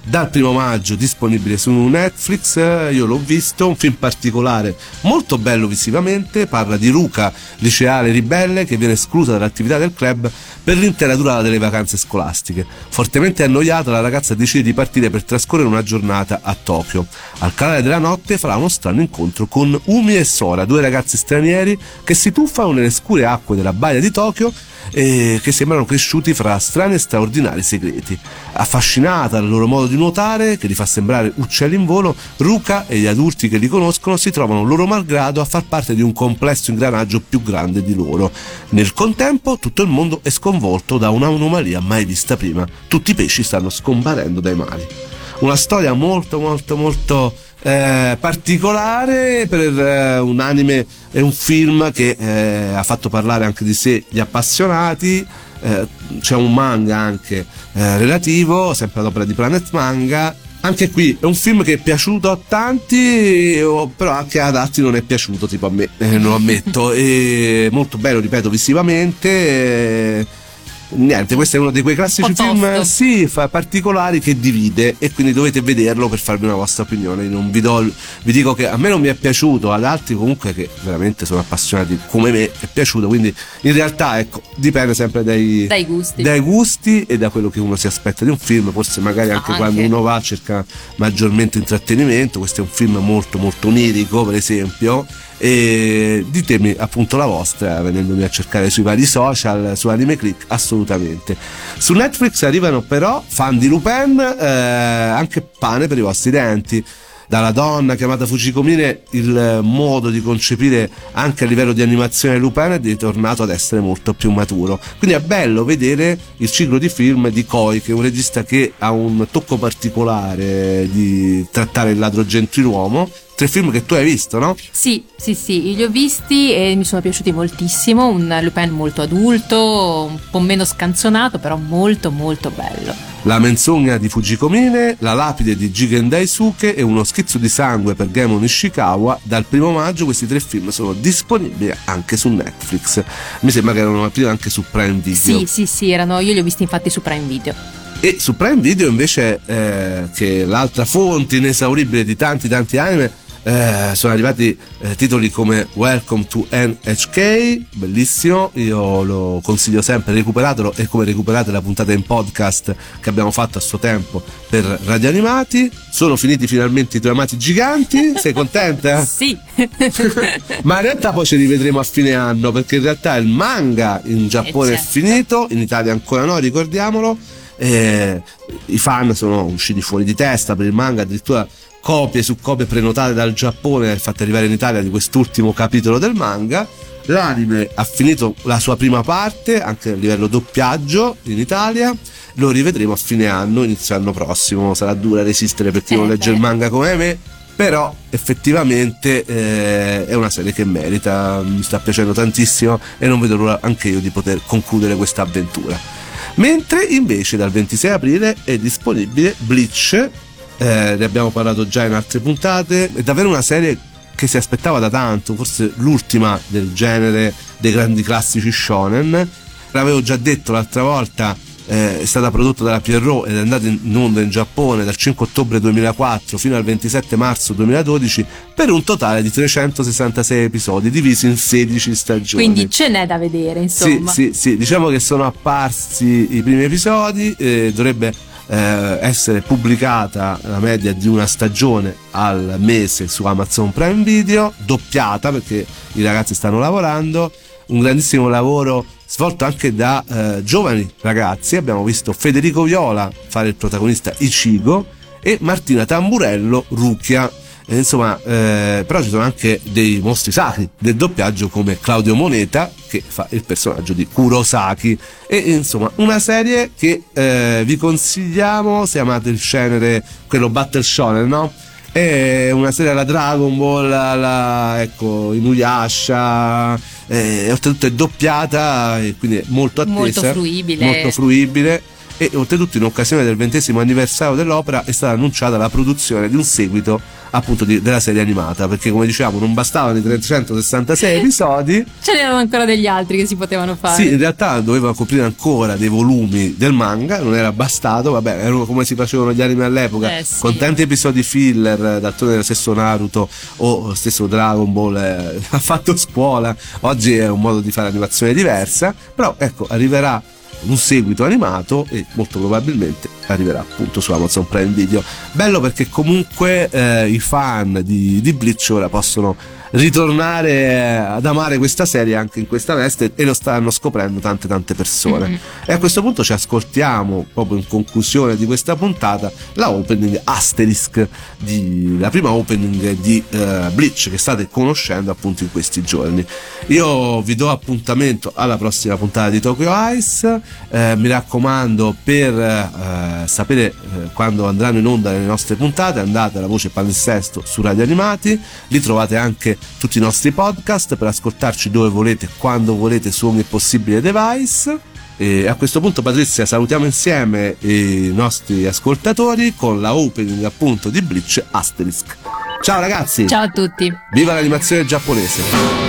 dal primo maggio disponibile su Netflix. Io l'ho visto, un film particolare, molto bello visivamente, parla di Ruka, liceale ribelle che viene esclusa dall'attività del club per l'intera durata delle vacanze scolastiche. Fortemente annoiata, la ragazza decide di partire per trascorrere una giornata a Tokyo. Al calare della notte farà uno strano incontro con Umi e Sora, due ragazzi stranieri che si tuffano nelle scure acque della baia di Tokyo e che sembrano cresciuti fra strani e straordinari segreti. Affascinata dal loro modo di nuotare, che li fa sembrare uccelli in volo, Ruka e gli adulti che li conoscono si trovano loro malgrado a far parte di un complesso ingranaggio più grande di loro. Nel contempo tutto il mondo è sconvolto da un'anomalia mai vista prima: tutti i pesci stanno scomparendo dai mari. Una storia molto molto molto Eh, particolare per eh, un anime e un film che eh, ha fatto parlare anche di sé gli appassionati. Eh, c'è un manga anche eh, relativo, sempre ad opera di Planet Manga. Anche qui è un film che è piaciuto a tanti, però anche ad altri non è piaciuto, tipo a me, eh, lo ammetto. È molto bello, ripeto, visivamente. Eh, Niente, questo è uno di quei classici film sì, fa, particolari che divide, e quindi dovete vederlo per farvi una vostra opinione. Non vi, do, vi dico che a me non mi è piaciuto, ad altri comunque che veramente sono appassionati come me è piaciuto, quindi in realtà ecco, dipende sempre dai, dai, gusti. dai gusti e da quello che uno si aspetta di un film. Forse magari anche, anche quando uno va cerca maggiormente intrattenimento. Questo è un film molto molto onirico, per esempio. E ditemi appunto la vostra venendomi a cercare sui vari social, su Anime Click. Assolutamente. Su Netflix arrivano però, fan di Lupin, eh, anche pane per i vostri denti. Dalla donna chiamata Fujiko Mine il modo di concepire anche a livello di animazione Lupin è ritornato ad essere molto più maturo, quindi è bello vedere il ciclo di film di Koi, che è un regista che ha un tocco particolare di trattare il ladro gentiluomo. Tre film che tu hai visto, no? Sì, sì, sì, li ho visti e mi sono piaciuti moltissimo. Un Lupin molto adulto, un po' meno scanzonato, però molto molto bello. La menzogna di Fujiko Mine, La lapide di Jigen Daisuke e Uno schizzo di sangue per Gemon Ishikawa. Dal primo maggio questi tre film sono disponibili anche su Netflix. Mi sembra che erano prima anche su Prime Video. Sì, sì, sì, erano, io li ho visti infatti su Prime Video. E su Prime Video invece, eh, che è l'altra fonte inesauribile di tanti tanti anime, Eh, sono arrivati eh, titoli come Welcome to N H K, bellissimo, io lo consiglio sempre, recuperatelo, e come recuperate la puntata in podcast che abbiamo fatto a suo tempo per Radio Animati. Sono finiti finalmente i tuoi amati giganti, sei contenta? Sì. Ma in realtà poi ci rivedremo a fine anno, perché in realtà il manga in Giappone certo. è finito, in Italia ancora no, ricordiamolo. Eh, i fan sono usciti fuori di testa per il manga, addirittura copie su copie prenotate dal Giappone fatte arrivare in Italia di quest'ultimo capitolo del manga. L'anime ha finito la sua prima parte anche a livello doppiaggio in Italia, lo rivedremo a fine anno, inizio anno prossimo. Sarà dura resistere per chi eh, non legge beh. il manga come me, però effettivamente eh, è una serie che merita, mi sta piacendo tantissimo e non vedo l'ora anche io di poter concludere questa avventura. Mentre invece dal ventisei aprile è disponibile Bleach. Eh, ne abbiamo parlato già in altre puntate, è davvero una serie che si aspettava da tanto, forse l'ultima del genere dei grandi classici shonen. L'avevo già detto l'altra volta, eh, è stata prodotta dalla Pierrot ed è andata in onda in Giappone dal cinque ottobre duemilaquattro fino al ventisette marzo duemiladodici per un totale di trecentosessantasei episodi divisi in sedici stagioni. Quindi ce n'è da vedere, insomma. Sì, sì, sì, diciamo che sono apparsi i primi episodi, eh, dovrebbe Eh, essere pubblicata la media di una stagione al mese su Amazon Prime Video, doppiata perché i ragazzi stanno lavorando. Un grandissimo lavoro svolto anche da eh, giovani ragazzi. Abbiamo visto Federico Viola fare il protagonista Ichigo e Martina Tamburello Rukia. E insomma, eh, però ci sono anche dei mostri sacri del doppiaggio come Claudio Moneta, che fa il personaggio di Kurosaki. E insomma, una serie che eh, vi consigliamo se amate il genere, quello Battle Shonen, no? È una serie alla Dragon Ball, alla, ecco, Inuyasha, eh, oltretutto è doppiata e quindi è molto attesa, molto fruibile, molto fruibile. e oltretutto in occasione del ventesimo anniversario dell'opera è stata annunciata la produzione di un seguito appunto di, della serie animata, perché come diciamo non bastavano i trecentosessantasei episodi, ce n'erano ancora degli altri che si potevano fare. Sì, in realtà dovevano coprire ancora dei volumi del manga, non era bastato, vabbè, erano come si facevano gli anime all'epoca, eh, sì. con tanti episodi filler, d'attore dello stesso Naruto o stesso Dragon Ball, eh, ha fatto scuola. Oggi è un modo di fare animazione diversa, però ecco, arriverà un seguito animato e molto probabilmente arriverà appunto su Amazon Prime Video. Bello perché comunque eh, i fan di, di Bleach ora possono ritornare ad amare questa serie anche in questa veste, e lo stanno scoprendo tante tante persone. Mm-hmm. E a questo punto ci ascoltiamo, proprio in conclusione di questa puntata, la opening Asterisk, di, la prima opening di uh, Bleach che state conoscendo appunto in questi giorni. Io vi do appuntamento alla prossima puntata di Tokyo Ice, eh, mi raccomando, per eh, sapere eh, quando andranno in onda le nostre puntate andate alla Voce Palinsesto su Radio Animati, lì trovate anche tutti i nostri podcast per ascoltarci dove volete, quando volete, su ogni possibile device. E a questo punto, Patrizia, salutiamo insieme i nostri ascoltatori con la opening appunto di Bleach Asterisk. Ciao ragazzi, ciao a tutti, viva l'animazione giapponese.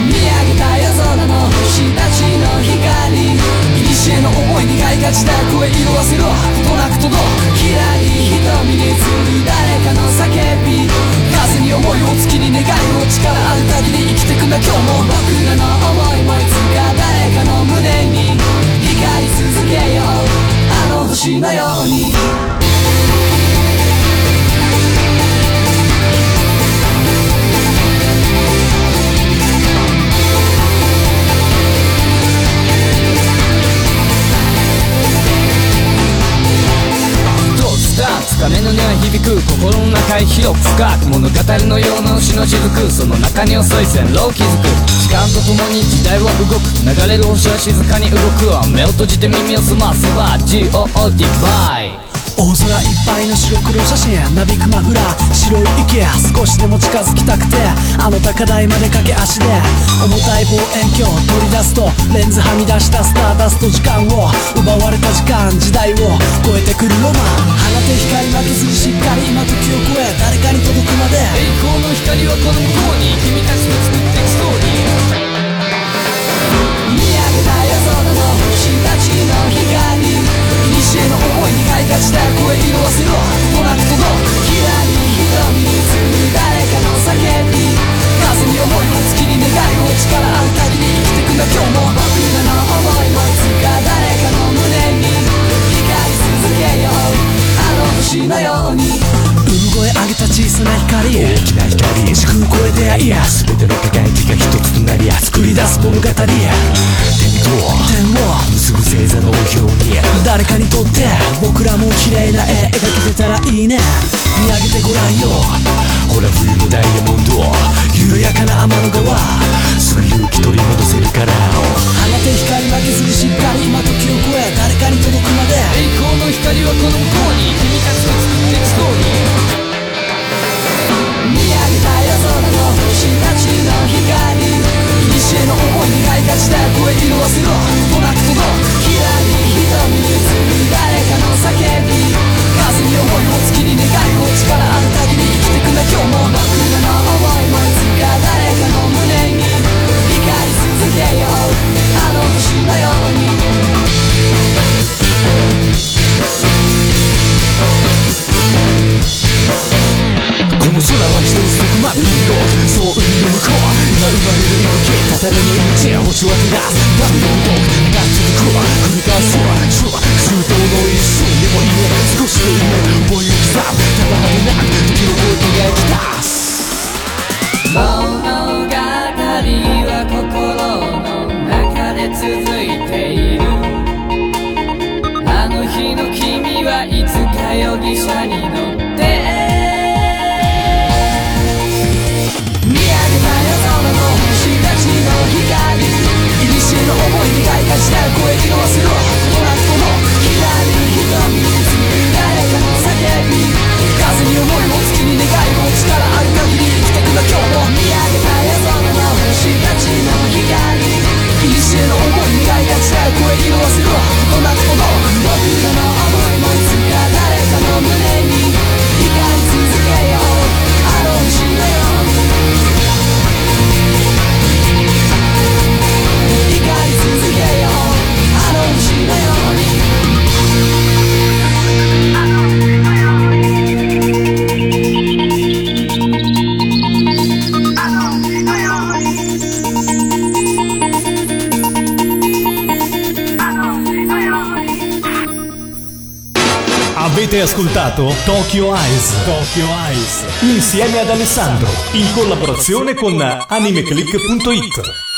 鐘の音は響く心の中へ広く深く物語のような星の雫、その中に遅い線路を築く。時間とともに時代は動く、流れる星は静かに動く。目を閉じて耳を澄ませば ジーオー ディバイ。 大空いっぱいの白黒写真、なびくマフラー、白い息、少しでも近づきたくてあの高台まで駆け足で重たい望遠鏡を取り出すと、レンズはみ出したスターダスト、時間を奪われた時間、時代を超えてくるロマン。放て光負けずにしっかり今時を超え、誰かに届くまで。 栄光の光はこの向こうに、君たちと作っていくストーリー。見上げた夜空の星たちの光、古の思いに開花した声色あせろ、となく届く。ひらり瞳に映る誰かの叫び、風に思いを月に願いを、力ある限り生きてくんだ今日も。僕らの思いもいつか誰かの胸に光り続けよう、あの星のように。 産声上げた小さな光、大きな光、時空超えて愛や全ての輝きが一つとなり作り出す物語。天と天を結ぶ星座のように、誰かにとって僕らも綺麗な絵描けてたらいいね。見上げてごらんよ、ほら冬のダイヤモンド、緩やかな天の川、すぐ勇気取り戻せるから。放て光負けずにしっかり今時を超え、誰かに届くまで。 栄光の光はこの向こうに、君たちと作っていくストーリー。見上げた夜空の星たちの光、古の思いに開花した声色あせろ、となく届く。ひらり瞳に映る誰かの叫び、風に思いを月に願いを、力ある限り生きてくんだ今日も。僕らの思いもいつか誰かの胸に光り続けよう、あの星のように。 この空は一つどこまで色、そう海の向こう、今生まれる息、たたらに命星は照らす。ダメの動く上がってくる、繰り返す空周到の一瞬でもいいね、少しでいいね、思いを刻む、ただ派手なく時を超えて描き出す。 物語は心の中で続いている。あの日の君はいつか容疑者に乗っての思いに開花した声色あせろ、となく届く。ひらり瞳に映る誰かの叫び、風に思いを月に願いを、力ある限り生きてくんだ今日も。見上げた夜空の星たちの光、古の思いに開花した声色あせろ、となく届く。僕らの思い Avete ascoltato Tokyo Eyes, Tokyo Eyes, insieme ad Alessandro, in collaborazione con animeclick punto it.